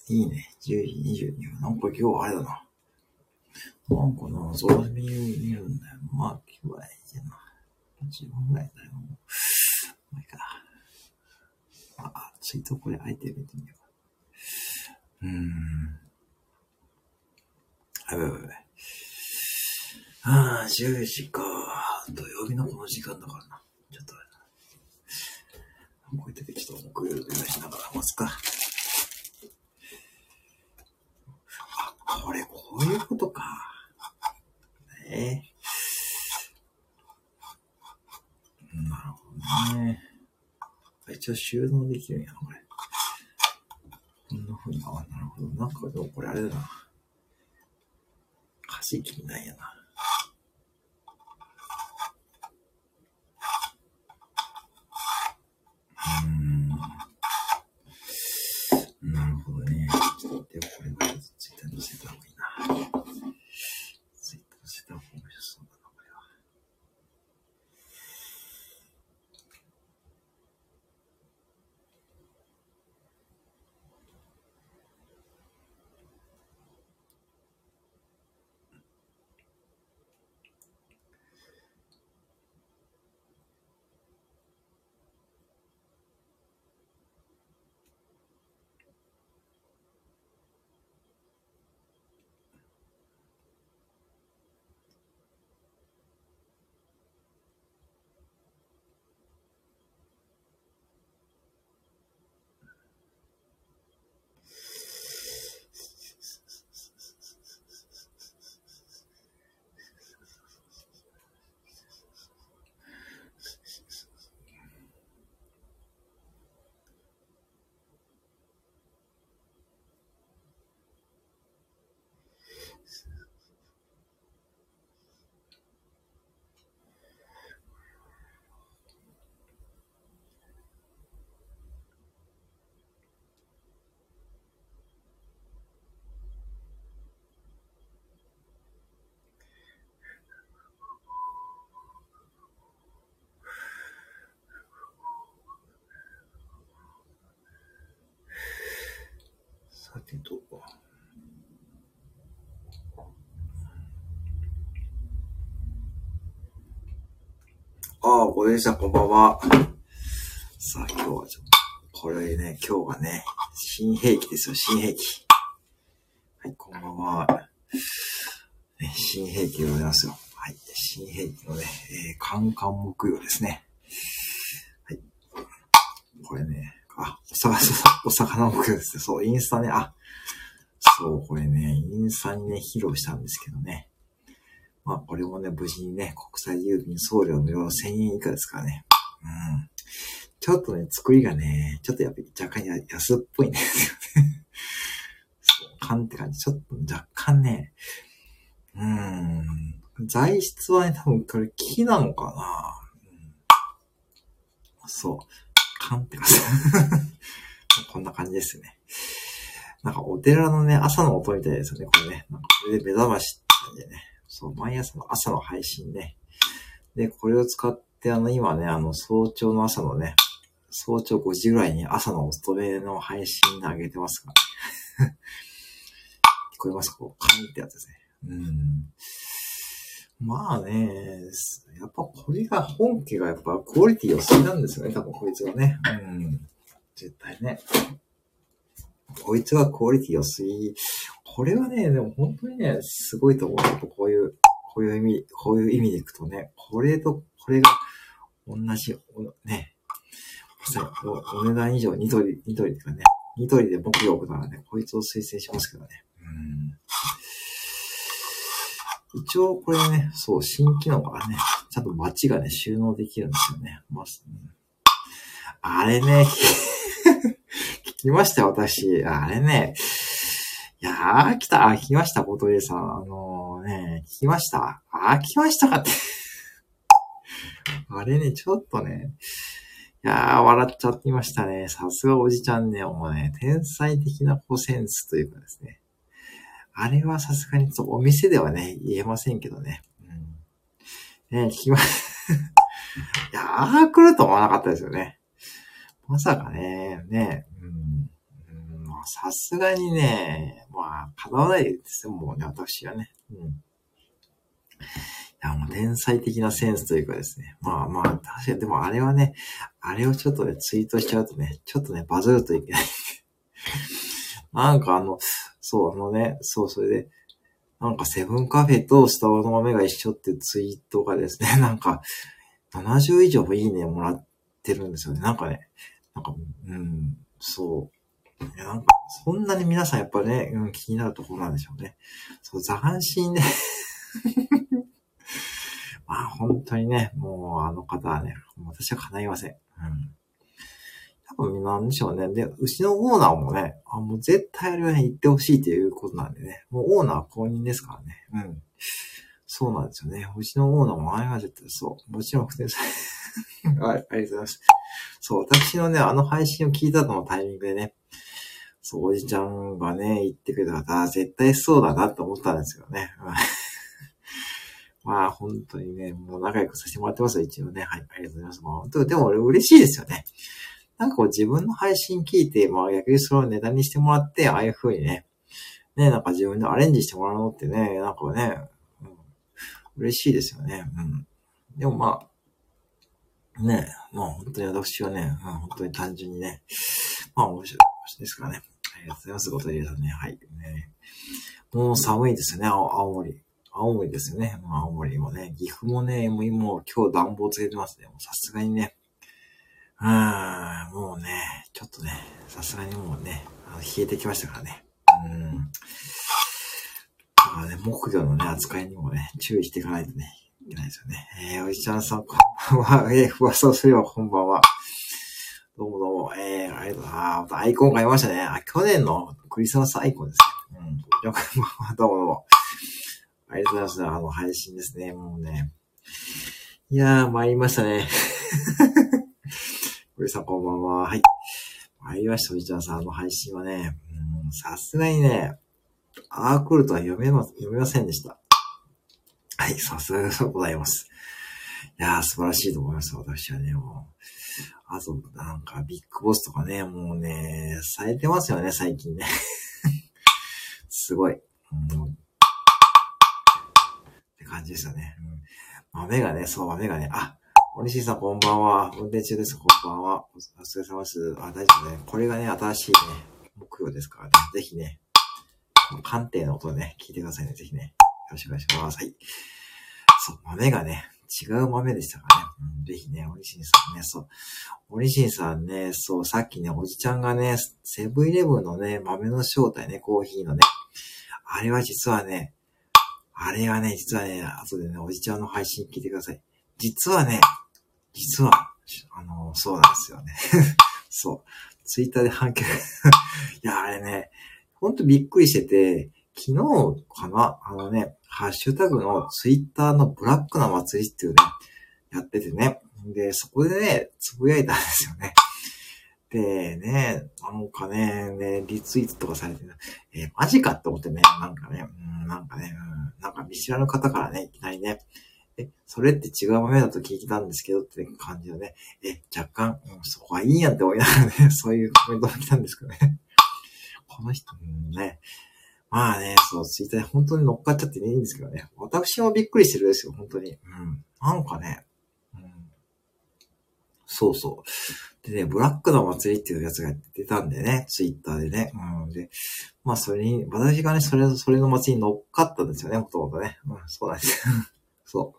いいね。10時22分。なんか今日あれだな。なんかな、そう見るんだよ。まあ、今日はいいな。10分ぐらいだよ。もういいか。ツイートこれ相手見てみよう。やばい。10時か。土曜日のこの時間だからな。ちょっとあれだ。こういう時ちょっと木曜日しながら待つか。これこういうことか。なるほどね。一応収納できるんやな、これ。こんな風に、なるほど。なんかでもこれあれだな。歌詞気にないやな。なるほどね。でもこれはツイッターに載せた方がいいな。ツイッターに載せた方が面白そうだな、これは。さてと。ごめんなさい、こんばんは。さあ、今日はちょっと、これね、今日がね、新兵器ですよ、新兵器。はい、こんばんは。ね、新兵器でございますよ。はい、新兵器のね、カンカン木曜ですね。はい。これね、お魚木曜ですね。そう、インスタね、そう、これね、インスタにね、披露したんですけどね。まあ、これもね、無事にね、国際郵便送料無料の1000円以下ですからね。ちょっとね、作りがね、ちょっとやっぱり若干安っぽいんですよね。そう、缶って感じ。ちょっと若干ね、材質はね、多分これ木なのかな、そう、缶って感じ。こんな感じですね。なんかお寺のね、朝の音みたいですよね、これね。なんかこれで目覚ましって感じでね。そう、毎朝の朝の配信ね。で、これを使って今ね、早朝の朝のね、早朝5時ぐらいに朝のお勤めの配信で上げてますから、ね。聞こえますか？こう、カンってやつですね。まあね、やっぱこれが本家がやっぱクオリティ良すぎなんですよね、多分こいつはね。絶対ね。こいつはクオリティ良すぎ。これはね、でも本当にね、すごいと思う。やっぱこういう意味でいくとね、これとこれが同じ、ね、お値段以上ニトリとかね、ニトリで木曜日ならね、こいつを推薦しますけどね。一応これね、そう、新機能がね、ちゃんとバッジがね、収納できるんですよね。あれね、聞きましたよ、私。あれね、いやー、聞きました、ボトレさん。聞きました。聞きましたかって。あれね、ちょっとね、いやー、笑っちゃっていましたね。さすがおじちゃんね、もうね、天才的なセンスというかですね。あれはさすがにお店ではね、言えませんけどね。ね、聞きま、いやー、来ると思わなかったですよね。まさかね、 さすがにね、叶わないですよ、もうね、私はね。いや、もう天才的なセンスというかですね。確かに、でもあれはね、あれをちょっとね、ツイートしちゃうとね、ちょっとね、バズるといけない。それで、セブンカフェとスタバの豆が一緒っていうツイートがですね、70以上もいいねもらってるんですよね。そう。いや、そんなに皆さんやっぱね、気になるところなんでしょうね。そう、斬新ね。本当にね、もうあの方はね、私は叶いません。多分なんでしょうね。で、うちのオーナーもね、もう絶対あれはね、言ってほしいということなんでね。もうオーナーは公認ですからね。そうなんですよね。うちのオーナーもあれは絶対そう。もちろん、はい、ありがとうございます。そう、私のね、あの配信を聞いたのタイミングでね、そう、おじちゃんがね、言ってくれたから、絶対そうだなと思ったんですよね。本当にね、もう仲良くさせてもらってますよ、一応ね。はい、ありがとうございます。本当でも俺嬉しいですよね。自分の配信聞いて、逆にそれをネタにしてもらって、ああいう風にね、自分でアレンジしてもらうのってね、嬉しいですよね。でも本当に私はね、本当に単純にね、面白いですからね。ありがとうございます。ごとりさんね。はい。ね、もう寒いですよね、青森。青森ですよね。青森もね、岐阜もね、もう今日暖房つけてますね。もうさすがにね。もうね、ちょっとね、さすがにもうね、冷えてきましたからね。木魚のね、扱いにもね、注意していかないとね、いけないですよね。おじちゃんさん、こんばんは。ふわそうするよ、こんばんは。どうもどうも、ありがとうございます。アイコン買いましたね。去年のクリスマスアイコンですね。どうもどうも。ありがとうございます。配信ですね。もうね。いやー、参りましたね。これさんこんばんは。はい。参りました、おじちゃんさん。配信はね、さすがにね、来るとは読めませんでした。はい、さすがでございます。いやー、素晴らしいと思います。私はね、もう。あと、ビッグボスとかね、もうね、されてますよね、最近ね。すごい。って感じですよね。豆がね、おにしいさんこんばんは。運転中です。こんばんは。お疲れ様です。大丈夫ね。これがね、新しいね、木曜ですからね。ぜひね、鑑定の音でね、聞いてくださいね。ぜひね。よろしくお願いします。はい。そう、豆がね、違う豆でしたからね。ぜひね、おにしんさんね、そう。おにしんさんね、そう、さっきね、おじちゃんがね、セブンイレブンのね、豆の正体ね、コーヒーのね。あれは実はね、後でね、おじちゃんの配信聞いてください。実は、そうなんですよね。そう。ツイッターで反響。いや、あれね、ほんとびっくりしてて、昨日かなハッシュタグのツイッターのブラックな祭りっていうね、やっててね。で、そこでね、つぶやいたんですよね。でね、リツイートとかされて、マジかって思ってね、見知らぬ方からね、いきなりね、それって違う豆だと聞いたんですけどって感じのね、若干、そこはいいやんって思いながらね、そういうコメントが来たんですけどね。この人ね、そう、ツイッターで本当に乗っかっちゃっていいんですけどね。私もびっくりしてるんですよ、本当に。そうそう。でね、ブラックの祭りっていうやつが出たんでね、ツイッターでね。で、それに、私がね、それの祭りに乗っかったんですよね、もともとね。そうなんです。そう。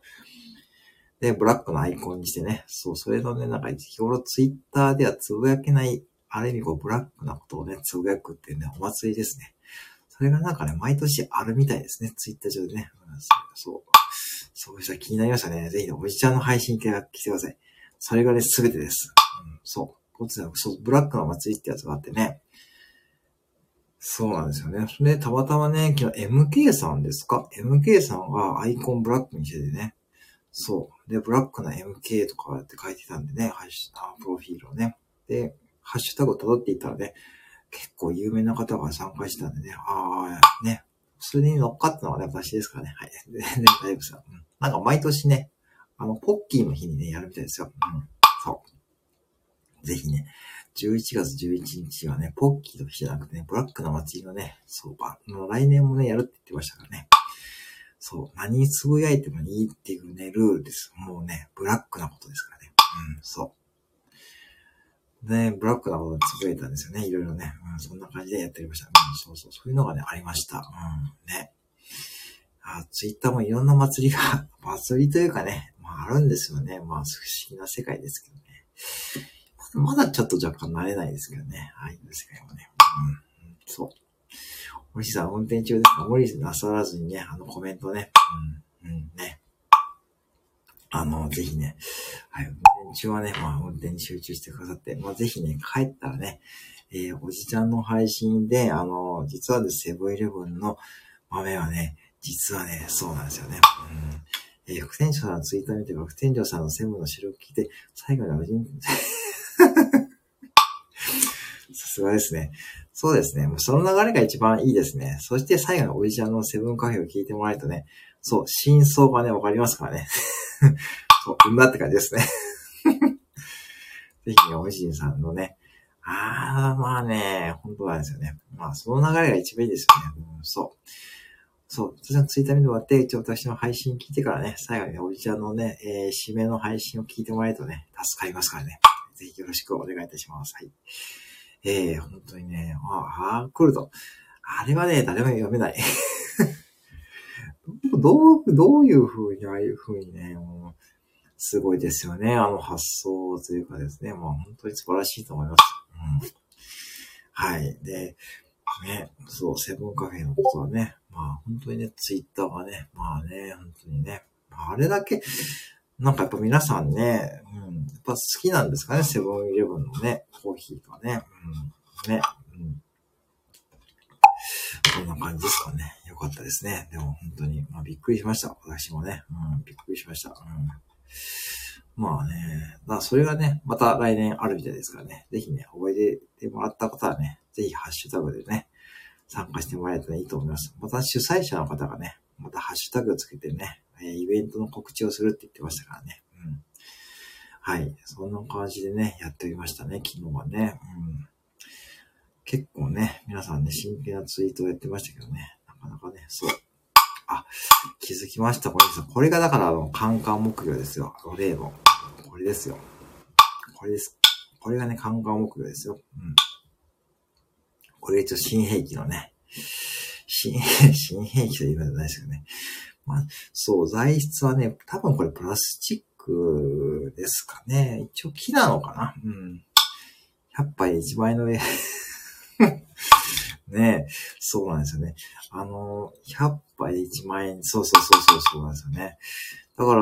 で、ブラックのアイコンにしてね、そう、それのね、日頃ツイッターではつぶやけない、ある意味ブラックなことをね、つぶやくっていうね、お祭りですね。それが毎年あるみたいですね、ツイッター上でね。そうしたら気になりましたね。ぜひね、おじちゃんの配信来てください。それがね、すべてです。ブラックの祭りってやつがあってね。そうなんですよね。で、たまたまね、昨日 MK さんですか ?MK さんがアイコンブラックにしててね。そう。で、ブラックな MK とかって書いてたんでね、プロフィールをね。で、ハッシュタグを辿っていったらね、結構有名な方が参加してたんでね、ね。それに乗っかったのはね、私ですからね。はい。で、大丈夫ですよ。毎年ね、ポッキーの日にね、やるみたいですよ。そう。ぜひね、 11月11日はね、ポッキーの日じゃなくてね、ブラックな祭りのね、そう、来年もね、やるって言ってましたからね。そう、何つぶやいてもいいっていうね、ルールです。もうね、ブラックなことですからね。そう。ね、ブラックなことにつぶやいたんですよね、いろいろね。そんな感じでやっておりました。そういうのがね、ありました。ね。ツイッターもいろんな祭りというかね、あるんですよね。不思議な世界ですけどね。まだちょっと若干慣れないですけどね。ああいう世界もね。そう。森氏さん運転中ですか？森氏なさらずにね、コメントね。ね。ぜひね。はい、運転中はね、運転に集中してくださって、ぜひね、帰ったらね、おじちゃんの配信で、実はセブンイレブンの豆はね、実はね、そうなんですよね。副店長さんのツイッター見てから、副店長さんのセブンの白を聞いて、最後におじん、さすがですね。そうですね。もうその流れが一番いいですね。そして最後におじちゃんのセブンカフェを聞いてもらえるとね、そう、真相がね、わかりますからね。そう、って感じですね。ぜひね、おじいさんのね、本当なんですよね。その流れが一番いいですよね。そう。私のツイッター見てもらって、私の配信聞いてからね、最後にね、おじちゃんのね、締めの配信を聞いてもらえるとね、助かりますからね。ぜひよろしくお願いいたします。はい。本当にね、来ると。あれはね、誰も読めない。どういう風に、ああいう風にね、もう、すごいですよね。発想というかですね、本当に素晴らしいと思います。はい。で、ね、そう、セブンカフェのことはね、本当にね、ツイッターがね、本当にね、あれだけ、なんかやっぱ皆さんね、やっぱ好きなんですかね、セブンイレブンのね、コーヒーがね、こんな感じですかね。よかったですね。でも本当に、びっくりしました。私もね、びっくりしました。それがね、また来年あるみたいですからね。ぜひね、覚えてもらった方はね、ぜひハッシュタグでね、参加してもらえたらいいと思います。また主催者の方がね、またハッシュタグをつけてね、イベントの告知をするって言ってましたからね。はい。そんな感じでね、やっておりましたね、昨日はね。結構ね、皆さんね、真剣なツイートをやってましたけどね、なかなかね、そう。気づきました。これがだからカンカン目標ですよ。例の。これですよ。これです。これがね、カンカン目標ですよ。これ一応新兵器のね、新兵器というのじゃないですけどね。そう、材質はね、多分これプラスチックですかね。一応木なのかな。100杯1万円の上。ねえ、そうなんですよね。100杯で1万円、そうなんですよね。だから、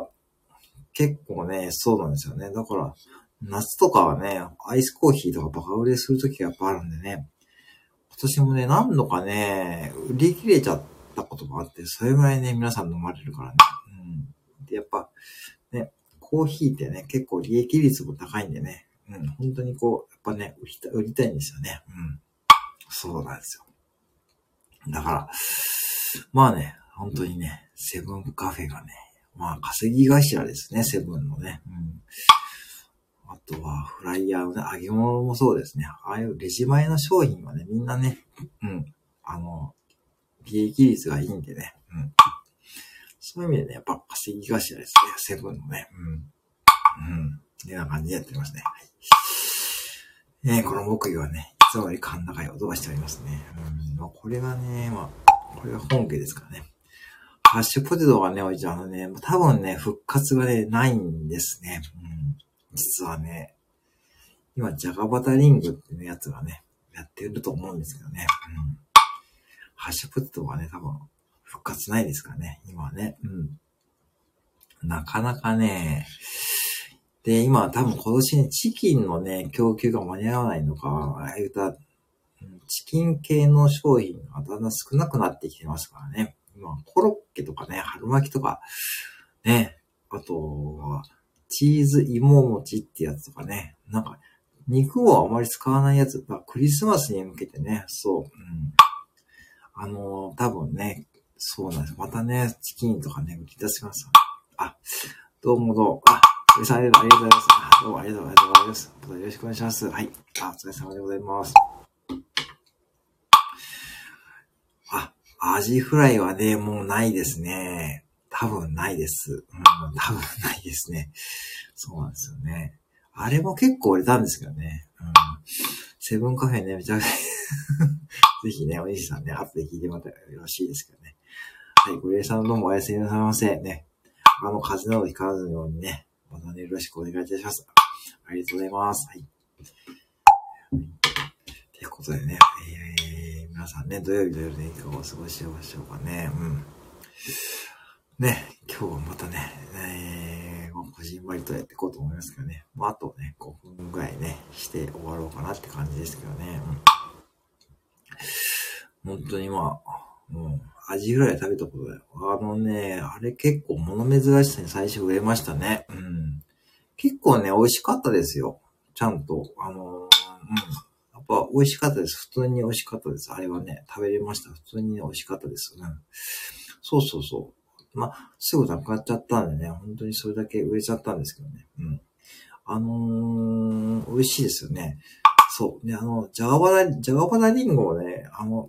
結構ね、そうなんですよね。だから、夏とかはね、アイスコーヒーとかバカ売れするときがやっぱあるんでね。今年もね、何度かね、売り切れちゃったこともあって、それぐらいね、皆さん飲まれるからね。で、やっぱ、ね、コーヒーってね、結構利益率も高いんでね。本当にやっぱね、売りたいんですよね。そうなんですよ。だから、本当にね、セブンカフェがね、稼ぎ頭ですね、セブンのね。あとは、フライヤーのね、揚げ物もそうですね。ああいうレジ前の商品はね、みんなね、利益率がいいんでね。そういう意味でね、やっぱ稼ぎ頭ですね、セブンのね。こんな感じでやってますね。はい。この木魚はね、いつもより甲高い音がしておりますね。これがね、これが本家ですからね。ハッシュポテトがね、おいちゃんね、多分ね、復活がね、ないんですね。実はね、今、ジャガバタリングっていうやつがね、やってると思うんですけどね。ハッシュポテトはね、多分、復活ないですからね、今はね。なかなかね、で、今は多分今年ね、チキンのね、供給が間に合わないのか、チキン系の商品がだんだん少なくなってきてますからね。今、コロッケとかね、春巻きとか、ね、あとは、チーズ芋餅ってやつとかね、なんか、肉をあまり使わないやつ、クリスマスに向けてね、そう、多分ね、そうなんです。またね、チキンとかね、売り出します。どうも。 堀さんありがとうございます。どうもありがとうございます。よろしくお願いします。はい。お疲れ様でございます。アジフライはね、もうないですね。多分ないです。多分ないですね。そうなんですよね。あれも結構売れたんですけどね。セブンカフェね、めちゃくちゃぜひね、お兄さんね、後で聞いてもらったらよろしいですけどね。はい、ゴリエさんどうもおやすみなさいませ。ね。風邪などひかずようにね、またね、よろしくお願いいたします。ありがとうございます。はい。ということでね、皆さんね、土曜日の夜でいかがお過ごしましょうかね。ね、今日はまたね、こじんまりとやっていこうと思いますけどね。あとね、5分ぐらいね、して終わろうかなって感じですけどね。本当にもう、アジフライ食べたことだよ。あれ結構物珍しさに最初売れましたね。結構ね、美味しかったですよ。ちゃんと。やっぱ美味しかったです。普通に美味しかったです。あれはね、食べれました。普通に美味しかったです。そうそうそう。すぐなくなっちゃったんでね、本当にそれだけ売れちゃったんですけどね。美味しいですよね。そう。ね、じゃがバナリンゴをね、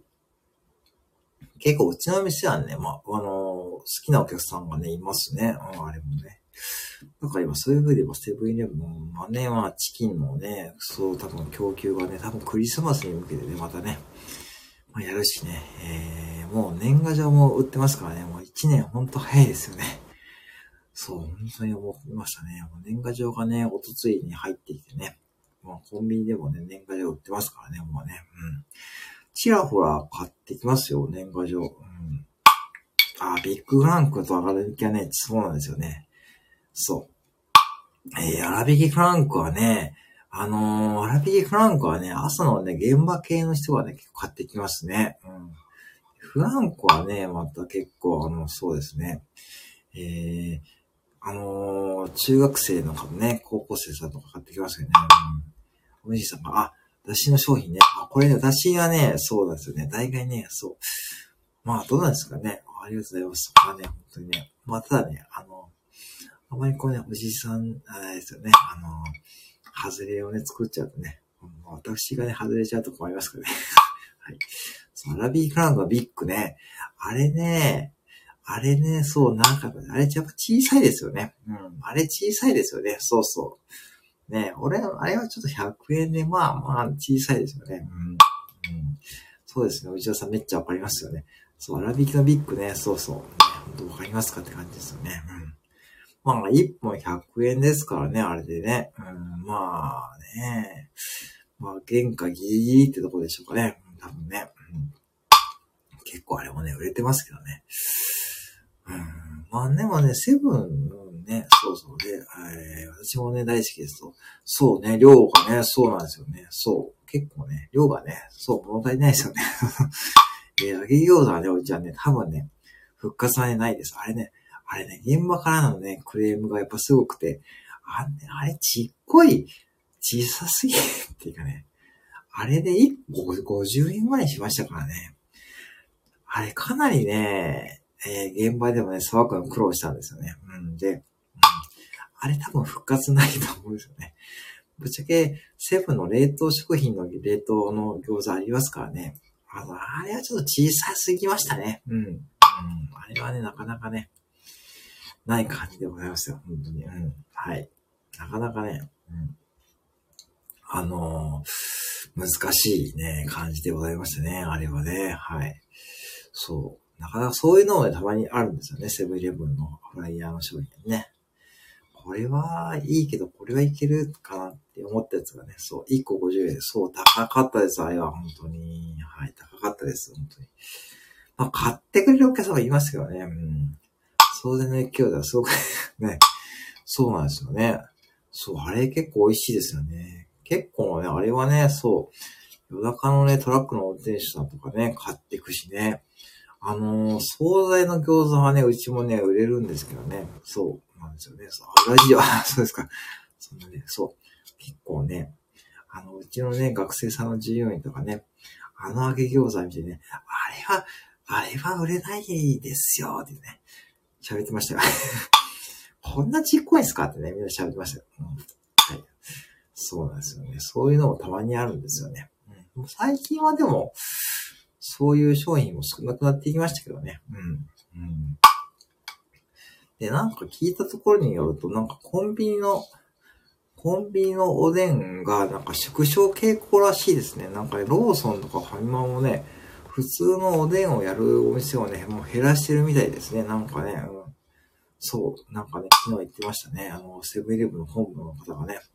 結構うちの店はね、好きなお客さんがね、いますね。あれもね。だから今そういう風で言えばセブンイレブンはね、チキンのね、そう多分供給がね、多分クリスマスに向けてね、またね、やるしね、もう年賀状も売ってますからね、もう1年ほんと早いですよね。そう、本当に思いましたね。もう年賀状がね、おとついに入ってきてね、コンビニでもね、年賀状売ってますからね、もうね。ちらほら買ってきますよ、年賀状。ビッグフランクとアラビキはね、そうなんですよね。そう。アラビキフランクはね、アラビキフランクはね、朝のね、現場系の人がね、結構買ってきますね。フランクはね、また結構、そうですね。中学生の方ね、高校生さんとか買ってきますよね。おじいさんが、だしの商品ね。これね、だしはね、そうなんですよね。大概ね、そう。どうなんですかね。ありがとうございます。本当にね。ただね、あまりこうね、おじさん、あれですよね。外れをね、作っちゃうとね。私がね、外れちゃうと困りますからね。はい。そう、アラビーフランクのビッグね。あれね、そう、なんか、あれやっぱ小さいですよね。あれ小さいですよね。そうそう。ね、あれはちょっと100円で、小さいですよね。そうですね。内田さんめっちゃわかりますよね。そう、アラビキのビッグね、そうそう。ね、本当わかりますかって感じですよね。1本100円ですからね、あれでね。原価ギリギリってとこでしょうかね。多分ね。結構あれもね、売れてますけどね。でもね、セブンね、そうそうで、私もね、大好きですと。そうね、量がね、そうなんですよね。そう。結構ね、量がね、そう、物足りないですよね。揚げ餃子はね、おいちゃんね、多分ね、復活はね、ないです。あれね、現場からのね、クレームがやっぱすごくて、あれちっこい、小さすぎっていうかね、あれで1個50円ぐらいしましたからね。あれかなりね、現場でもね、さばくの苦労したんですよね。あれ多分復活ないと思うんですよね。ぶっちゃけ、セブンの冷凍食品の冷凍の餃子ありますからね。あれはちょっと小さすぎましたね。あれはね、なかなかね、ない感じでございますよ。本当に。はい。なかなかね、難しいね、感じでございましたね。あれはね。はい。そう。なかなかそういうのもたまにあるんですよね。セブンイレブンのフライヤーの商品ね。これはいいけど、これはいけるかなって思ったやつがね、そう、1個50円。そう、高かったです。あれは本当に。はい、高かったです。本当に。買ってくれるお客様いますけどね。そうでの勢いではすごくね、そうなんですよね。そう、あれ結構美味しいですよね。結構ね、あれはね、そう、夜中のね、トラックの運転手さんとかね、買っていくしね。惣菜の餃子はね、うちもね、売れるんですけどね。そうなんですよね。そう、ラジオ、そうですか。そんなね、そう。結構ね、うちのね、学生さんの従業員とかね、揚げ餃子見てね、あれは売れないですよ、ってね、喋ってましたよ。 こんなちっこいんすかってね、みんな喋ってましたよ。はい。そうなんですよね。そういうのもたまにあるんですよね。最近はでも、そういう商品も少なくなっていきましたけどね。で、なんか聞いたところによると、なんかコンビニのおでんがなんか縮小傾向らしいですね。なんかね、ローソンとかファミマもね、普通のおでんをやるお店をね、もう減らしてるみたいですね。なんかね、そう、なんかね、昨日言ってましたね。セブンイレブンの本部の方がね。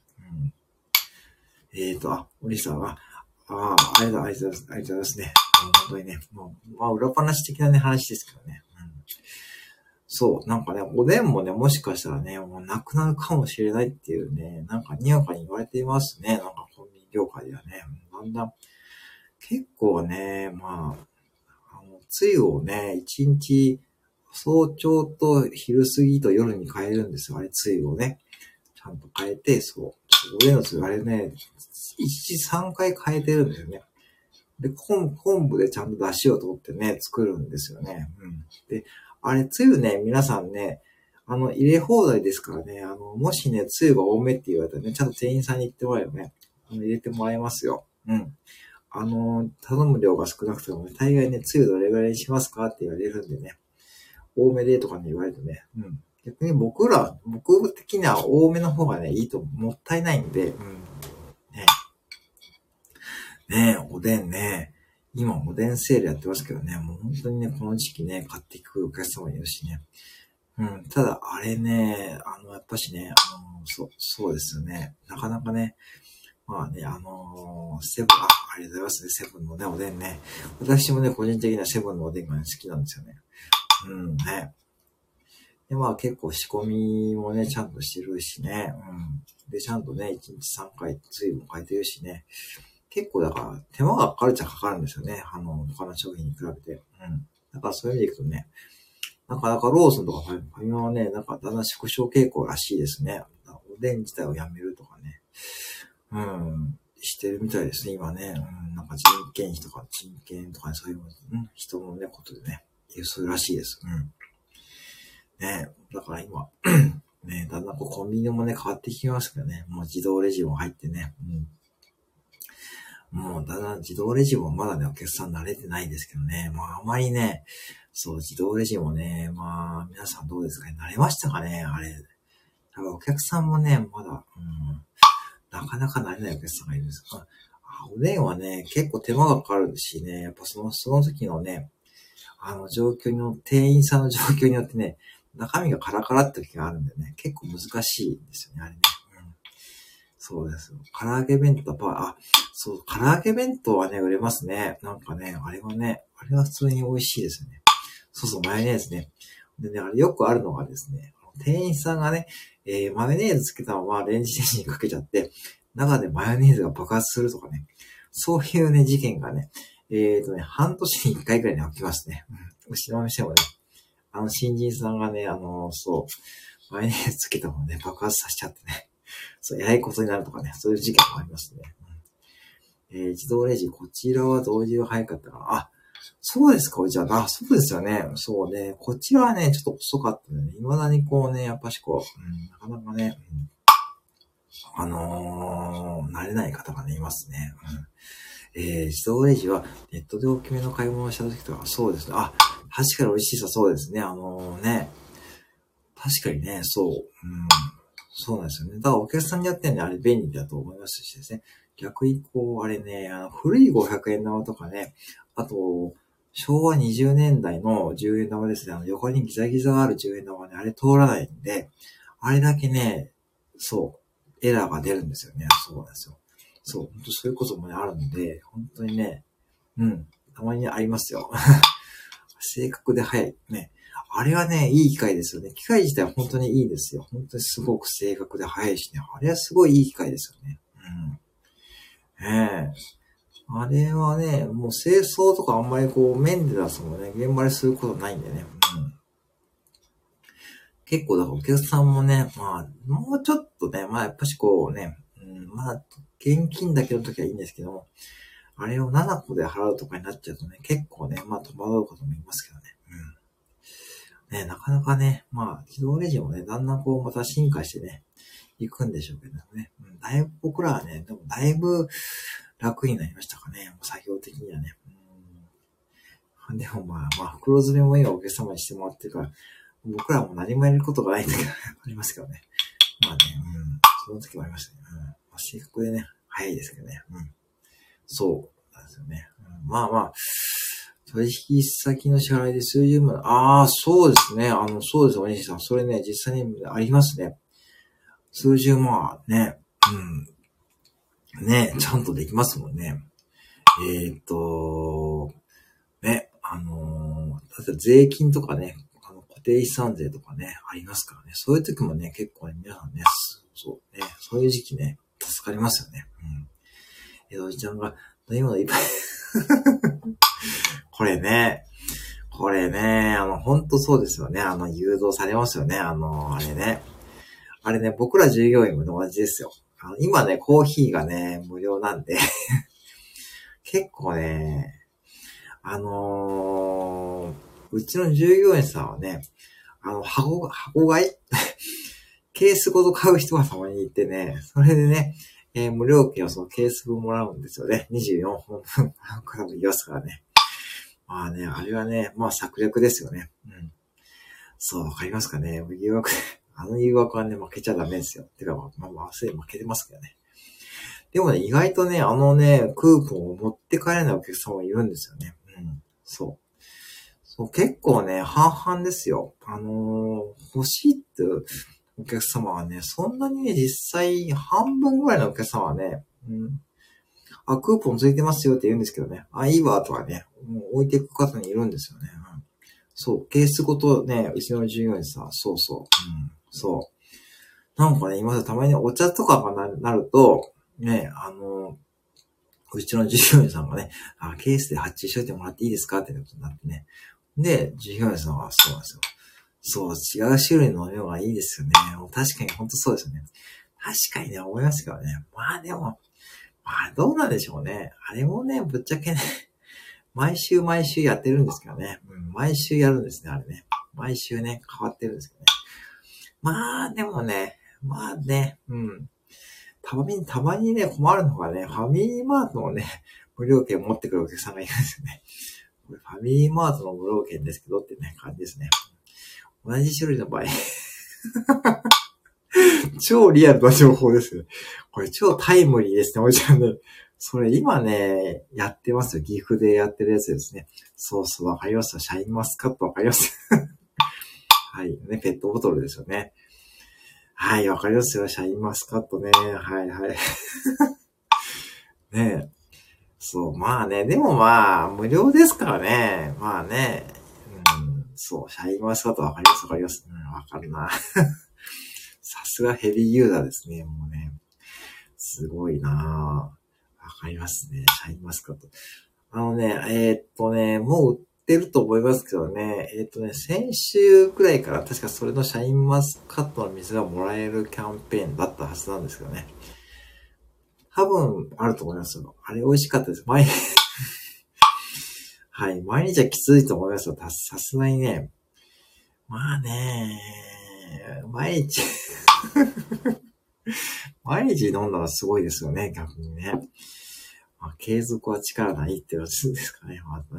おりさんは、ありがとうございます。ありがとうございますね。本当にね、もう、まあ、裏話的なね、話ですけどね。そう、なんかね、おでんもね、もしかしたらね、もうなくなるかもしれないっていうね、なんかにわかに言われていますね。なんかコンビニ業界ではね。だんだん、結構ね、まあ、つゆをね、一日、早朝と昼過ぎと夜に変えるんですよ。あれ、つゆをね。ちゃんと変えて、そう。おでんのつゆ、あれね、1日3回変えてるんですよね。で、昆布でちゃんと出汁を取ってね、作るんですよね。で、あれ、つゆね、皆さんね、入れ放題ですからね、もしね、つゆが多めって言われたらね、ちゃんと店員さんに言ってもらえばね、入れてもらえますよ。頼む量が少なくてもね、大概ね、つゆどれぐらいにしますかって言われるんでね、多めでとかね、言われるとね、逆に僕的には多めの方がね、いいともったいないんで、ねえ、おでんね。今おでんセールやってますけどね、もう本当にね、この時期ね、買っていくお客様いるしね。ただ、あれね、やっぱしね、そうですよね。なかなかね、まあね、セブン、ありがとうございますね、セブンのね、おでんね。私もね、個人的にはセブンのおでんが、ね、好きなんですよね。ね。で、まあ結構仕込みもね、ちゃんとしてるしね。で、ちゃんとね、1日3回水分変えてるしね。結構だから手間がかかるっちゃかかるんですよね。他の商品に比べて。だからそういう意味でいくとね、なかなかローソンとかファミマはね、なんかだんだん縮小傾向らしいですね。おでん自体をやめるとかね。してるみたいですね、今ね。なんか人件とかね、そういう、人のね、ことでね、そういうらしいです。ね、だから今、ね、だんだんコンビニもね、変わってきますけどね。もう自動レジも入ってね。もうだんだん自動レジもまだね、お客さん慣れてないですけどね。まああまりね、そう、自動レジもね、まあ皆さんどうですかね。慣れましたかね、あれ。多分お客さんもね、まだ、なかなか慣れないお客さんがいるんです。おでんはね、結構手間がかかるしね、やっぱその時のね、状況の、店員さんの状況によってね、中身がカラカラって時があるんでね、結構難しいんですよね、あれね。そうです。唐揚げ弁当、そう、唐揚げ弁当はね、売れますね。なんかね、あれは普通に美味しいですよね。そうそう、マヨネーズね。でね、あれよくあるのがですね、店員さんがね、マヨネーズつけたままレンジにかけちゃって、中でマヨネーズが爆発するとかね、そういうね、事件がね、半年に1回くらいに起きますね。うちのお店もね、新人さんがね、そう、マヨネーズつけたままね、爆発させちゃってね、そう、ややことになるとかね、そういう事件もありますね。自動レジ、こちらはどういう早かったか。そうですか、じゃあ、そうですよね。そうね、こちらはね、ちょっと遅かったね。未だにこうね、やっぱしこう、なかなかね、慣れない方がね、いますね。自動レジはネットで大きめの買い物をした時とか、そうですね。確かに美味しさそうですね。確かにね、そう。そうなんですよね。だからお客さんにやってね、あれ便利だと思いますしですね。逆にこう、あれね、古い500円玉とかね、あと、昭和20年代の10円玉ですね。横にギザギザがある10円玉ね、あれ通らないんで、あれだけね、そう、エラーが出るんですよね。そうなんですよ。そう、本当そういうこともね、あるんで、本当にね、たまにありますよ。正確で早い。ね。あれはね、いい機械ですよね。機械自体は本当にいいんですよ。本当にすごく正確で早いしね。あれはすごいいい機械ですよね。あれはね、もう清掃とかあんまりこう、面で出すもね、現場ですることないんでね。結構だからお客さんもね、もうちょっとね、やっぱしこうね、現金だけの時はいいんですけども、あれを7個で払うとかになっちゃうとね、結構ね、戸惑うこともいますけどね。 ね、なかなかね、まあ、自動レジもね、だんだんこう、また進化してね、行くんでしょうけどね。だいぶ僕らはね、でもだいぶ楽になりましたかね。もう作業的にはね。でもまあ、袋詰めも今お客様にしてもらってるから、僕らも何もやることがない時がありますけどね。まあね、その時もありましたね。正確でね、早いですけどね。そうなんですよね。まあ、取引先の支払いで数十万。そうですね。そうです、お兄さん。それね、実際にありますね。数十万ね。ね、ちゃんとできますもんね。ね、だって税金とかね、固定資産税とかね、ありますからね。そういう時もね、結構ね、皆さんね、そういう時期ね、助かりますよね。おじちゃんが飲み物いっぱい。これね、ほんとそうですよね。誘導されますよね。あれね、僕ら従業員も同じですよ。今ね、コーヒーがね、無料なんで、結構ね、うちの従業員さんはね、箱買いケースごと買う人がたまにいてね、それでね、無料券をそのケース分もらうんですよね。24本分もらう方もいますからね。まあね、あれはね、まあ策略ですよね。そう、わかりますかね。誘惑はね、負けちゃダメですよ。てか、負けてますけどね。でもね、意外とね、クーポンを持って帰れないお客様もいるんですよね。そう、結構ね、半々ですよ。欲しいってお客様はね、そんなにね、実際半分ぐらいのお客様はね、クーポンついてますよって言うんですけどね、いいわとかね、もう置いていく方にいるんですよね。そう、ケースごとね、うちの従業員さ、そう。なんかね、今までたまにお茶とかがなると、ね、うちの従業員さんがね、ケースで発注しといてもらっていいですかってことになってね。で、従業員さんはそうなんですよ。そう、違う種類の飲み物がいいですよね。確かに本当そうですよね。確かにね、思いますけどね。まあでも、どうなんでしょうね。あれもね、ぶっちゃけね、毎週やってるんですけどね。毎週やるんですね、あれね。毎週ね、変わってるんですけどね。でもね、たまにね、困るのがね、ファミリーマートのね、無料券持ってくるお客さんがいるんですよね。これファミリーマートの無料券ですけどってね、感じですね。同じ種類の場合。超リアルな情報ですね。これ超タイムリーですね、おじちゃんね。それ今ね、やってますよ。岐阜でやってるやつですね。そう、わかりますよ。シャインマスカットわかりますはい。ね、ペットボトルですよね。はい、わかりますよ。シャインマスカットね。はい。ねそう、でも無料ですからね。そう、シャインマスカットわかります。わかるな。さすがヘビーユーザーですね。もうね。すごいなわかりますね。シャインマスカット。もう売ってると思いますけどね。先週くらいから確かそれのシャインマスカットの水がもらえるキャンペーンだったはずなんですけどね。多分あると思いますよ。あれ美味しかったです。はい。毎日はきついと思いますよ。さすがにね。毎日毎日飲んだらすごいですよね、逆にね。継続は力ないってやつですかね。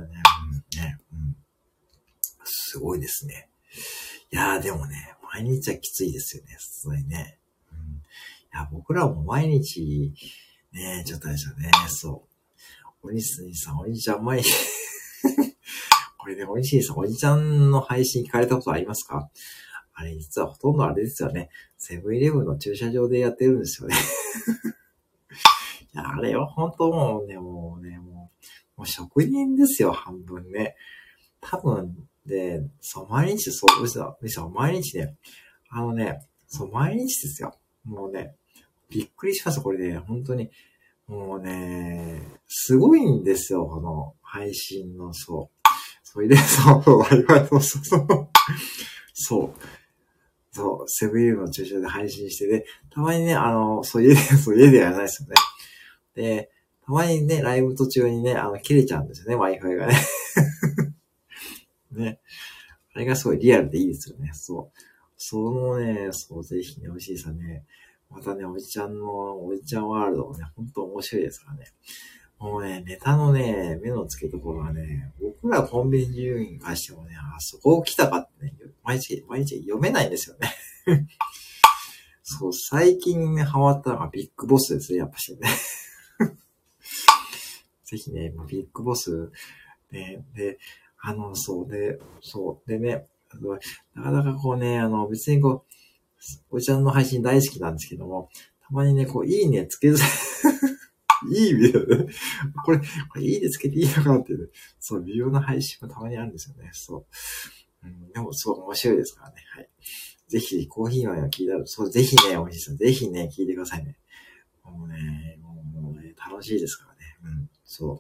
すごいですね。いやーでもね、毎日はきついですよね、さすがにね。いや、僕らも毎日、ね、ちょっとあれですよね、そう。おにさん、おじちゃん毎日、これね、おにさん、おじちゃんの配信聞かれたことありますか？あれ、実はほとんどあれですよね。セブンイレブンの駐車場でやってるんですよね。いや、あれは本当もう職人ですよ、半分ね。多分、で、そう、毎日、そう、毎日ね、そう、毎日ですよ。もうね、びっくりしました、これね、本当に。もうね、すごいんですよ、この配信の、そう。それで、Wi-Fi の、そう、セブンイレブンの駐車で配信してね、たまにね、家でやらないですよね。で、たまにね、ライブ途中にね、切れちゃうんですよね、Wi-Fi がね。ね。 あれがすごいリアルでいいですよね。そう。そのね、そう、ぜひね、おじいさんね、またね、おじちゃんワールドもね、ほんと面白いですからね。もうね、ネタのね、目の付けどころがね、僕らコンビニ従業員に関してもね、あそこを来たかってね、毎日読めないんですよね。そう、最近ね、ハマったのがビッグボスですね、やっぱしね。ぜひね、ビッグボス、ね、で、でね、なかなかこうね、別にこう、おじちゃんの配信大好きなんですけども、たまにね、こう、いいねつけず、いい意味だよね。これいいねつけていいのかなっていう、そう、微妙な配信もたまにあるんですよね。そう。でも、すごい面白いですからね。はい。ぜひ、コーヒー豆を聞いたら、そう、ぜひね、おじさん、ぜひね、聞いてくださいね。もうね、楽しいですからね。そう。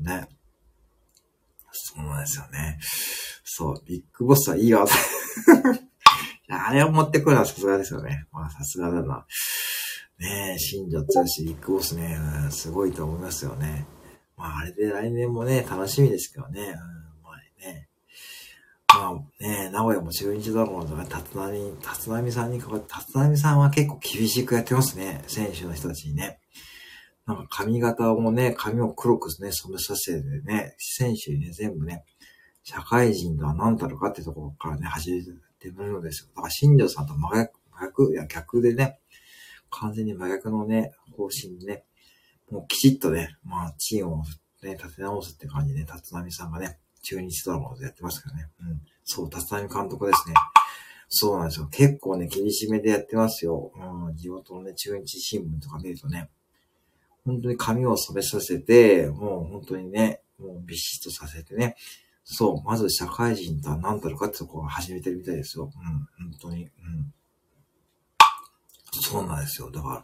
ね。そうなんですよね。そう、ビッグボスはいいよ。あれを持ってくるのはさすがですよね。まあ、さすがだな。ねえ、新庄剛志ビッグボスね、すごいと思いますよね。まあ、あれで来年もね、楽しみですけどね。まあね。まあね、名古屋も中日ドラゴンズが立浪さんに関わって、立浪さんは結構厳しくやってますね。選手の人たちにね。なんか髪型もね、髪を黒くね、染めさせてね、選手にね、全部ね、社会人とは何たるかってところからね、始めてるのですよ。だから新庄さんと逆でね、完全に真逆のね、方針にね、もうきちっとね、まあ、チームをね、立て直すって感じで、立浪さんがね、中日ドラゴンズやってますからね。そう、立浪監督ですね。そうなんですよ。結構ね、厳しめでやってますよ。地元のね、中日新聞とか見るとね、本当に髪を染めさせて、もう本当にね、もうビシッとさせてね、そう、まず社会人とは何たるかってところを始めてるみたいですよ。本当に。そうなんですよ。だから、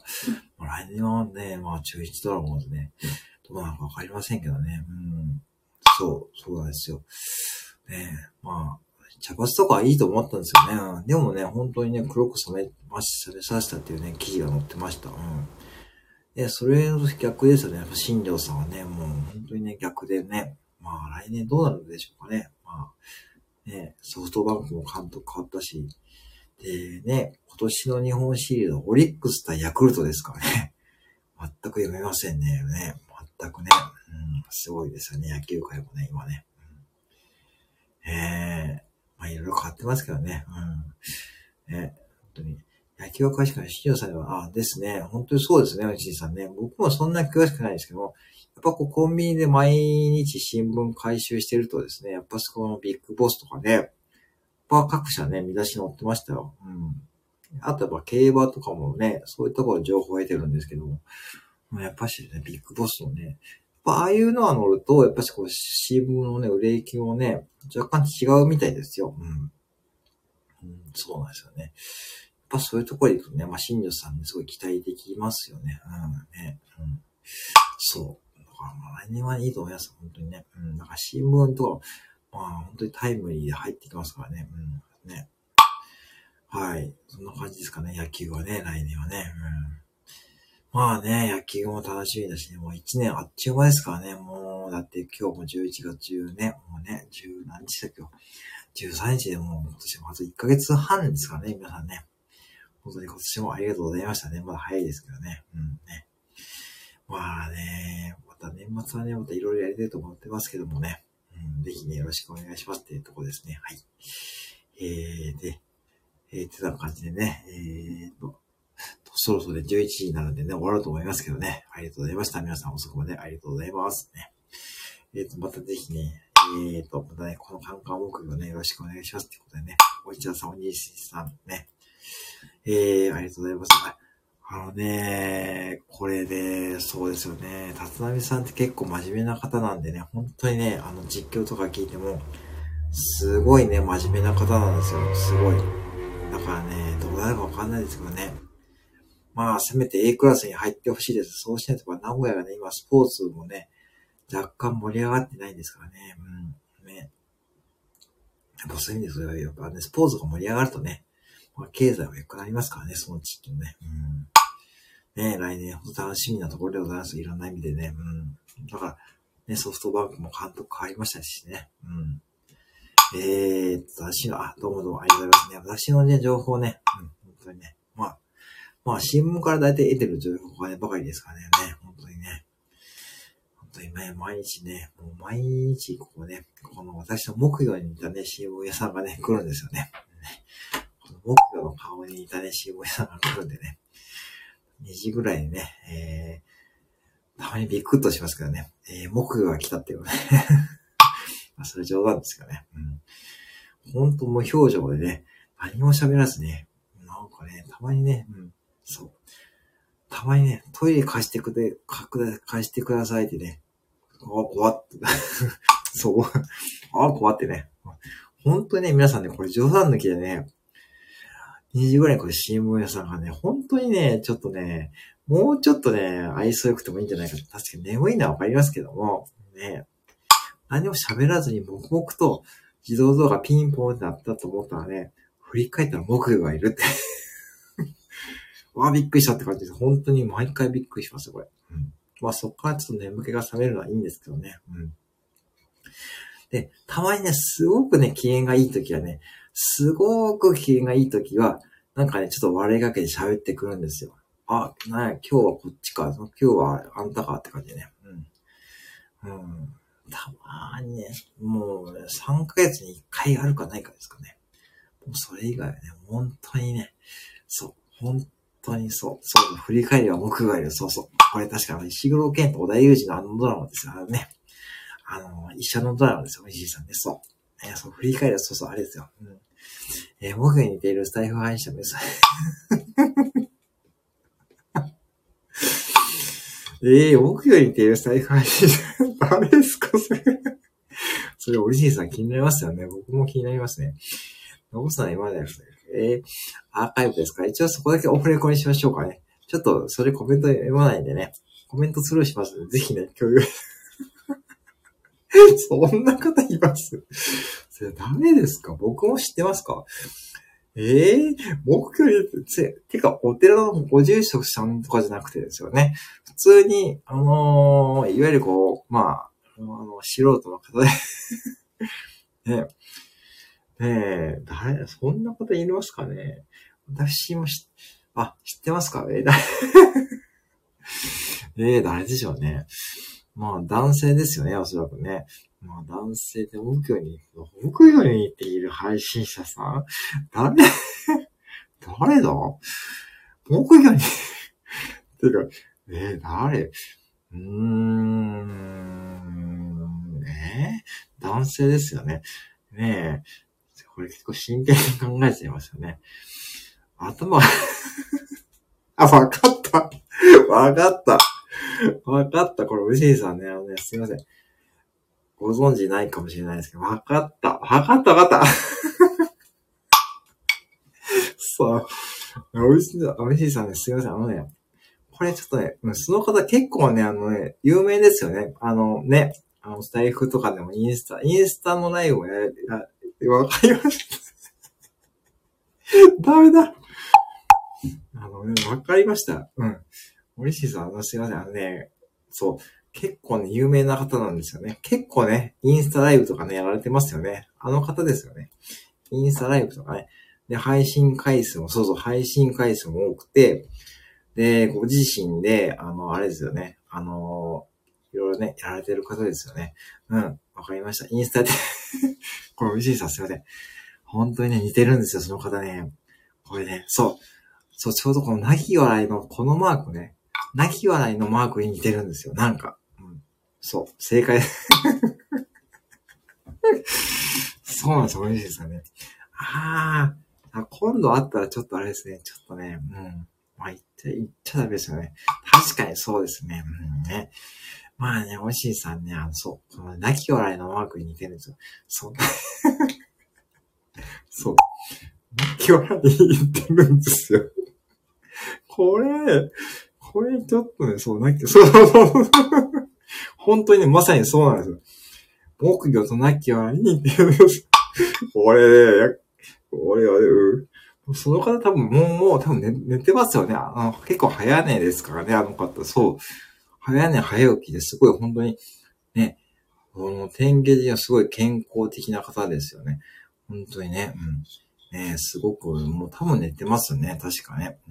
来年はね、まあ中日ドラゴンズね、どうなのかわかりませんけどね。そうなんですよ。ねまあ、茶髪とかはいいと思ったんですよね。でもね、本当にね、黒く染めさせたっていうね、記事が載ってました。それの逆ですよね。やっぱ新庄さんはね、もう本当にね、逆でね、まあ来年どうなるんでしょうかね。まあ、ね、ソフトバンクも監督変わったし、でね、今年の日本シリーズ、オリックス対ヤクルトですからね。全く読めませんね。全くね。すごいですよね。野球界もね、今ね。まあいろいろ変わってますけどね。本当に。野球は詳しくない。新庄さんは、ですね。本当にそうですね、おじいさんね。僕もそんな詳しくないですけども、やっぱこうコンビニで毎日新聞回収してるとですね、やっぱそこのビッグボスとかね、やっぱ各社ね、見出し載ってましたよ。あとやっぱ競馬とかもね、そういったところで情報を得てるんですけども、やっぱしね、ビッグボスのね、やっぱああいうのが載ると、やっぱしこう新聞のね、売れ行きもね、若干違うみたいですよ。そうなんですよね。やっぱそういうところで行くとね、まあ、新庄さんにすごい期待できますよね。そう。だからまあ来年はいいと思います。本当にね。だから新聞とか、まあ本当にタイムリーで入ってきますからね。はい。そんな感じですかね。野球はね、来年はね。まあね、野球も楽しみだしね、もう1年あっちゅう間ですからね。もう、だって今日も11月10ね、もうね、10何日だっけよ。13日でもう今年もあと1ヶ月半ですからね、皆さんね。本当に今年もありがとうございましたね。まだ早いですけどね。まあね、また年末はね、またいろいろやりたいと思ってますけどもね。ぜひね、よろしくお願いしますっていうところですね。はい。ってな感じでね、そろそろで11時になるんでね、終わろうと思いますけどね。ありがとうございました。皆さん遅くまでありがとうございますね。またぜひね、またね、このカンカン目標ね、よろしくお願いしますってことでね、おいちゃさん、おにいさんね、ありがとうございます。これで、そうですよね。立浪さんって結構真面目な方なんでね、本当にね、実況とか聞いても、すごいね、真面目な方なんですよ。すごい。だからね、どうなるかわかんないですけどね。まあ、せめて A クラスに入ってほしいです。そうしないと、名古屋がね、今スポーツもね、若干盛り上がってないんですからね。ね。やっぱそういう意味でそれはやっぱね、スポーツが盛り上がるとね、まあ、経済は良くなりますからね、その地域のね。ね、来年、本当楽しみなところでございます。いろんな意味でね。だから、ね、ソフトバンクも監督変わりましたしね。 どうもどうもありがとうございますね。私のね、情報ね、本当にね。まあ、新聞から大体得てる情報がね、ばかりですからね、本当にね。本当にね、毎日ね、もう毎日、この私の木魚に似たね、新聞屋さんがね、来るんですよね。この木魚の顔に似たね、新聞屋さんが来るんでね。2時ぐらいにね、たまにビクッとしますけどね。木魚が来たっていうね。それ冗談ですよね。本当無表情でね、何も喋らずね、なんかね、たまにね、そう。たまにね、トイレ貸してくださいってね、怖って。そう。怖ってね。本当にね、皆さんね、これ冗談抜きでね、2時ぐらいにこれ新聞屋さんがね、本当にね、ちょっとね、もうちょっとね、愛想良くてもいいんじゃないかと。確かに眠いのはわかりますけども、ね、何も喋らずに黙々と自動ドアがピンポンってなったと思ったらね、振り返ったら木魚がいるって。びっくりしたって感じです。本当に毎回びっくりしますよ、これ。まあそこからちょっと眠気が覚めるのはいいんですけどね。で、たまにね、すごくね、機嫌がいいときはね、なんかね、ちょっと笑いがけで喋ってくるんですよ。なんや、今日はこっちか、今日はあんたかって感じでね。たまにね、もう、3ヶ月に1回あるかないかですかね。もうそれ以外はね、本当にね、本当にそう、振り返りは木魚がいる。そう。これ確か石黒賢と織田裕二のあのドラマですよね。一緒のドラマですよ、石井さんね。そう、振り返りはあれですよ。木魚に似ているスタイフ配信者です。木魚に似ているスタイフ配信者、誰ですか、それ。それ、オリジンさん気になりますよね。僕も気になりますね。ノブさん今だよ。アーカイブですか？一応そこだけオフレコにしましょうかね。ちょっと、それコメント読まないんでね。コメントスルーしますので、ぜひね、共有。そんな方います？それダメですか？僕も知ってますか？木魚に、てか、お寺のご住職さんとかじゃなくてですよね。普通に、いわゆる素人の方で、そんな方いますかね？私も知ってますか？誰でしょうね。まあ、男性ですよね、おそらくね。まあ、男性で木魚に似ている配信者さん？誰だ？木魚にてか、誰？男性ですよね。ねえ。これ結構真剣に考えちゃいますよね。頭がわかった。これ、うしいさんね、すいません。ご存知ないかもしれないですけど、わかった。そう。うしいさんね、すいません。これちょっとね、その方結構ね、有名ですよね。スタイフとかでもインスタのライブもわかりました。ダメだ。わかりました。森氏さん、すいません。結構ね、有名な方なんですよね。結構ね、インスタライブとかね、やられてますよね。あの方ですよね。インスタライブとかね。で、配信回数も多くて、で、ご自身で、あれですよね。いろいろね、やられてる方ですよね。わかりました。インスタで、これ、森氏さんすいません。本当にね、似てるんですよ、その方ね。これね、ちょうどこの泣き笑いのこのマークね。泣き笑いのマークに似てるんですよ。なんか。正解。そうなんですよ、嬉しいですよね。今度会ったらちょっとあれですね。ちょっとね、まあ、言っちゃダメですよね。確かにそうですね。まあね、おいしいさんね、この泣き笑いのマークに似てるんですよ。泣き笑いに似てるんですよ。これちょっとね、本当にね、まさにそうなんですよ。木魚と泣き笑いに似てるんです。その方多分もう多分寝てますよね。結構早寝ですからね、あの方。早寝早起きですごい本当にね、 典型的にはすごい健康的な方ですよね。本当にね。すごく、もう多分寝てますよね。確かね。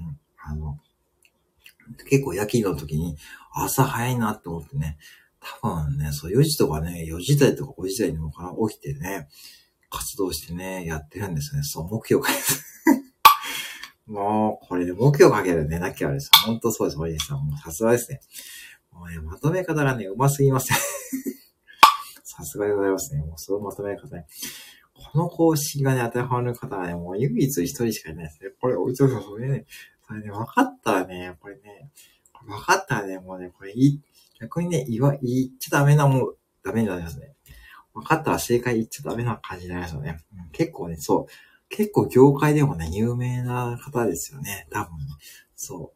結構夜勤の時に朝早いなって思ってね。多分ね、そう4時とかね、4時台とか5時台にも起きてね、活動してね、やってるんですよね。そう、目標かける。もう、これで目標かけるね、なきゃあれです。本当そうです、おじいさん。もうさすがですね。もうね、まとめ方がね、うますぎますね。さすがでございますね。もうそのまとめ方ね。この公式がね、当てはまる方はね、もう唯一一人しかいないですね。これ、おいちょっとそれね、分かったらね、これね、分かったらね、もうね、これ逆にね、言っちゃダメなもう、ダメになりますね。分かったら正解言っちゃダメな感じになりますよね。結構ね、そう。結構業界でもね、有名な方ですよね。多分、そう。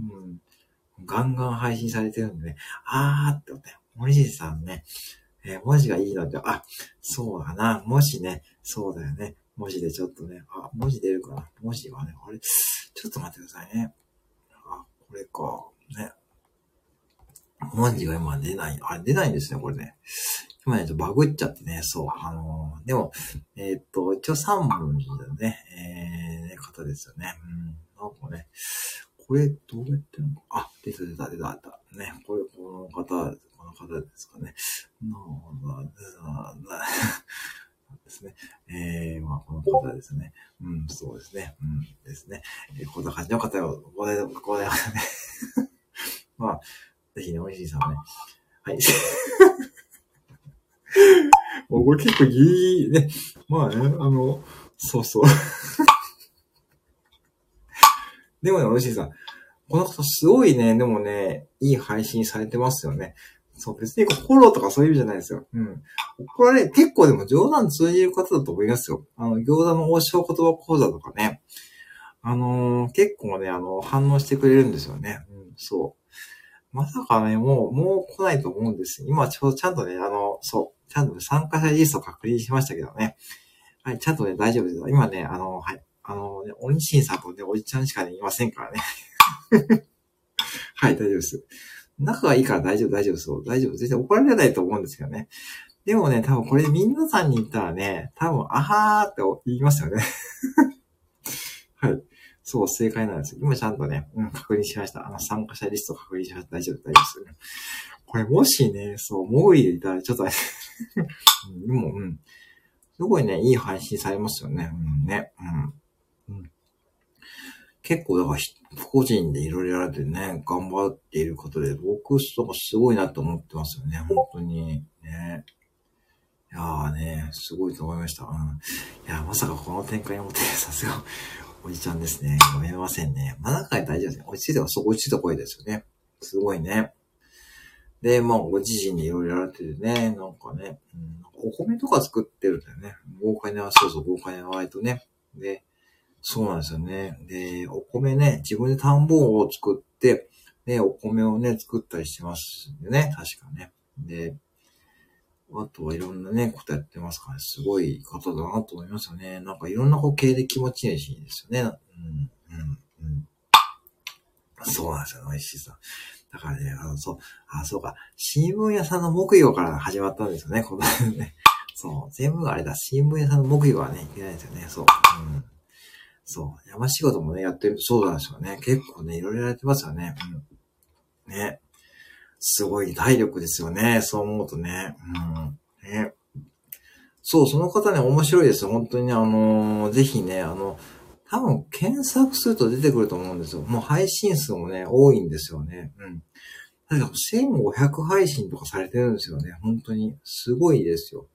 ガンガン配信されてるんでね、って思って、森尻さんね、文字がいいので、そうだな、文字ね、そうだよね。文字でちょっとね、文字出るかな。文字はね、あれ、ちょっと待ってくださいね。これか、ね。文字が今出ない。出ないんですね、これね。今ね、ちょっとバグっちゃってね、そう。でも、一応3文字だね、方ですよね。なんかね、これ、どうやってんのか。出た。ね、この方ですかね。ですね。この方ですね。そうですね。ですね。こんな感じの方を、これね。ぜひね、おいしいさんね。はい。もうこれ結構ギリギリね。そうそう。でもね、おいしいさん。この方すごいね、でもね、いい配信されてますよね。そう、別にフォローとかそういう意味じゃないですよ。これね、結構でも冗談通じる方だと思いますよ。餃子の王将言葉講座とかね。結構ね、反応してくれるんですよね。そう。まさかね、もう来ないと思うんです。今ちゃんとね、ちゃんと、ね、参加者リスト確認しましたけどね。はい、ちゃんとね、大丈夫ですよ。今ね、はい。おにしんさんとね、おじちゃんしかね、いませんからね。はい、大丈夫です。仲がいいから大丈夫、そう。大丈夫。全然怒られないと思うんですけどね。でもね、多分これ皆さんに言ったらね、多分、あはーって言いますよね。はい。そう、正解なんですよ。今ちゃんとね、確認しました。参加者リスト確認しました。大丈夫です。これもしね、そう、モグリでいたらちょっとでも、すごいね、いい配信されますよね。結構、だから、個人でいろいろやられてね、頑張っていることで、僕とかすごいなと思ってますよね。本当に。ね。いやーね、すごいと思いました。いや、まさかこの展開を持って、さすが、おじちゃんですね。ごめんませんね。まだかい大丈夫ですね。落ち着いた声ですよね。すごいね。で、ご自身でいろいろやられててね、なんかね、お米とか作ってるんだよね。豪快な割とね。で、そうなんですよね。で、お米ね、自分で田んぼを作って、で、お米をね、作ったりしてますよね。確かね。で、あとはいろんなね、ことやってますからね。すごい方だなと思いますよね。なんかいろんな系で気持ちいいしですよね。そうなんですよ、おいしさ。だからね、そうか。新聞屋さんの木曜から始まったんですよね、このね。そう、全部あれだ。新聞屋さんの木曜はね、いけないんですよね。そう。そう。山仕事もね、やってるとそうなんですよね。結構ね、いろいろやられてますよね。ね。すごい体力ですよね。そう思うとね。ね。そう、その方ね、面白いです。本当にね、ぜひね、多分検索すると出てくると思うんですよ。もう配信数もね、多いんですよね。だから1500配信とかされてるんですよね。本当に。すごいですよ。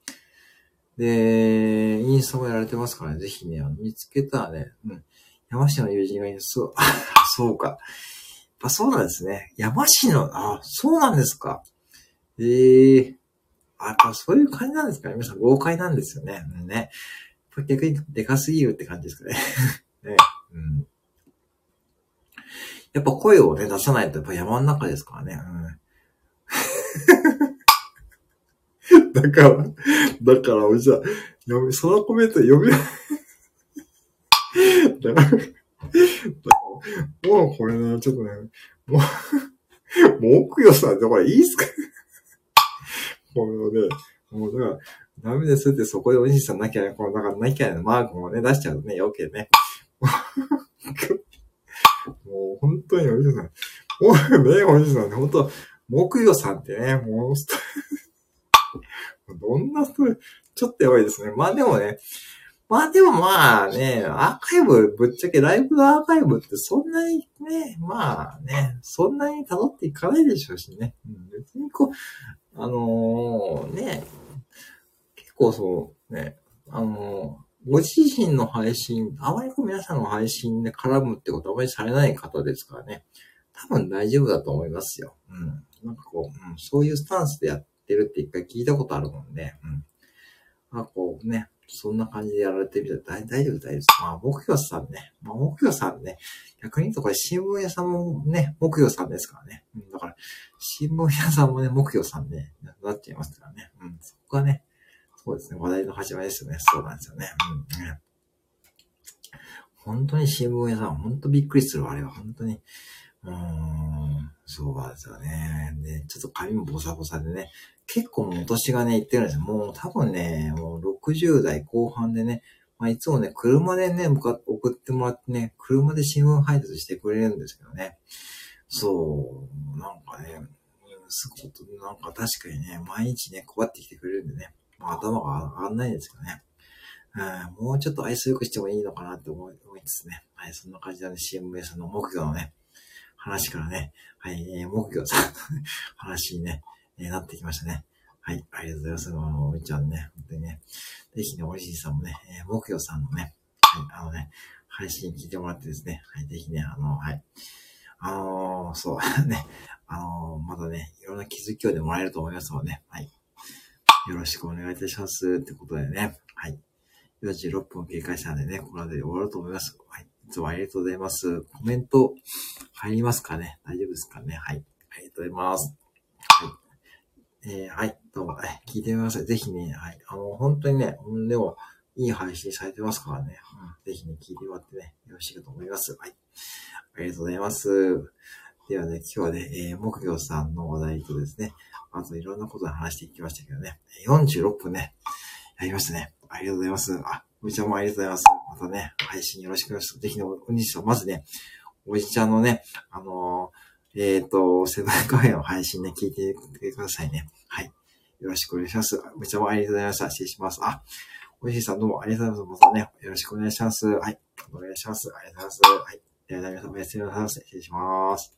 で、インスタもやられてますからね。ぜひね、見つけたらね、山下の友人がいる。そうか。やっぱそうなんですね。山下の、そうなんですか。やっぱそういう感じなんですかね。皆さん豪快なんですよね。ね。逆にでかすぎるって感じですかね。ね。やっぱ声をね、出さないとやっぱ山の中ですからね。だから、おじさん、そのコメント読めない。もうこれね、ちょっとね、もう奥よさん、これいいっすかこのね、もうだから、ダメですってそこでお兄さんなきゃ、この、だからなきゃのマークもね、出しちゃうとね、余計ね。もう本当にお兄さん。もうね、お兄さんね、本当木曜さんってね、もう、どんな人、ちょっとやばいですね。まあでもね、まあね、アーカイブ、ぶっちゃけライブのアーカイブってそんなにね、まあね、そんなに辿っていかないでしょうしね。別にこう、ね、結構そうね、ご自身の配信、あまりこう皆さんの配信で絡むってことはあまりされない方ですからね。多分大丈夫だと思いますよ。なんかこう、そういうスタンスでやってるって一回聞いたことあるもんで、こうね、そんな感じでやられてみたら大丈夫です。まあ、木曜さんね。逆に言うとこれ新聞屋さんもね、木曜さんですからね。だから、新聞屋さんもね、木曜さんね、なっちゃいますからね。そこがね、そうですね、話題の始まりですよね。そうなんですよね。本当に新聞屋さん、本当びっくりするわ、あれは。本当に。そうなんですよね。で、ちょっと髪もボサボサでね、結構もう年がね、いってるんですよ。もう多分ね、もう60代後半でね、いつもね、車でね、送ってもらってね、車で新聞配達してくれるんですけどね。そう、なんかね、すごく、なんか確かにね、毎日ね、配ってきてくれるんでね、頭が上がんないんですけどね。もうちょっと愛想よくしてもいいのかなって思いつつね。はい、そんな感じなんで、新聞屋さんの木魚のね、話からね、はい、木魚さんの話にね、なってきましたね。はい、ありがとうございます。おいちゃんね、本当にね、ぜひね、おいしいさんもね、木魚さんのね、はい、配信聞いてもらってですね、はい、ぜひね、はい、そうね、まだね、いろんな気づきをでもらえると思いますので、ね、はい、よろしくお願いいたします。ってことでね、はい、46分経過したんでね、これで終わると思います。はい、いつもありがとうございます。コメント入りますかね？大丈夫ですかね？はい、ありがとうございます。はい。はい。どうも、聞いてみます。ぜひね、はい。本当にね、でも、いい配信されてますからね。ぜひね、聞いてもらってね、よろしいかと思います。はい。ありがとうございます。ではね、今日はね、木魚さんの話題とですね、あといろんなことで話していきましたけどね、46分ね、やりましたね。ありがとうございます。おじちゃんもありがとうございます。またね、配信よろしくお願いします。ぜひね、お兄さん、まずね、おじちゃんのね、セブンカフェの配信ね、聞いてくださいね。はい。よろしくお願いします。めちゃもありがとうございました。失礼します。おいしいさんどうもありがとうございます。またね、よろしくお願いします。はい。お願いします。ありがとうございます。はい。では、皆さんおやすみなさい。失礼します。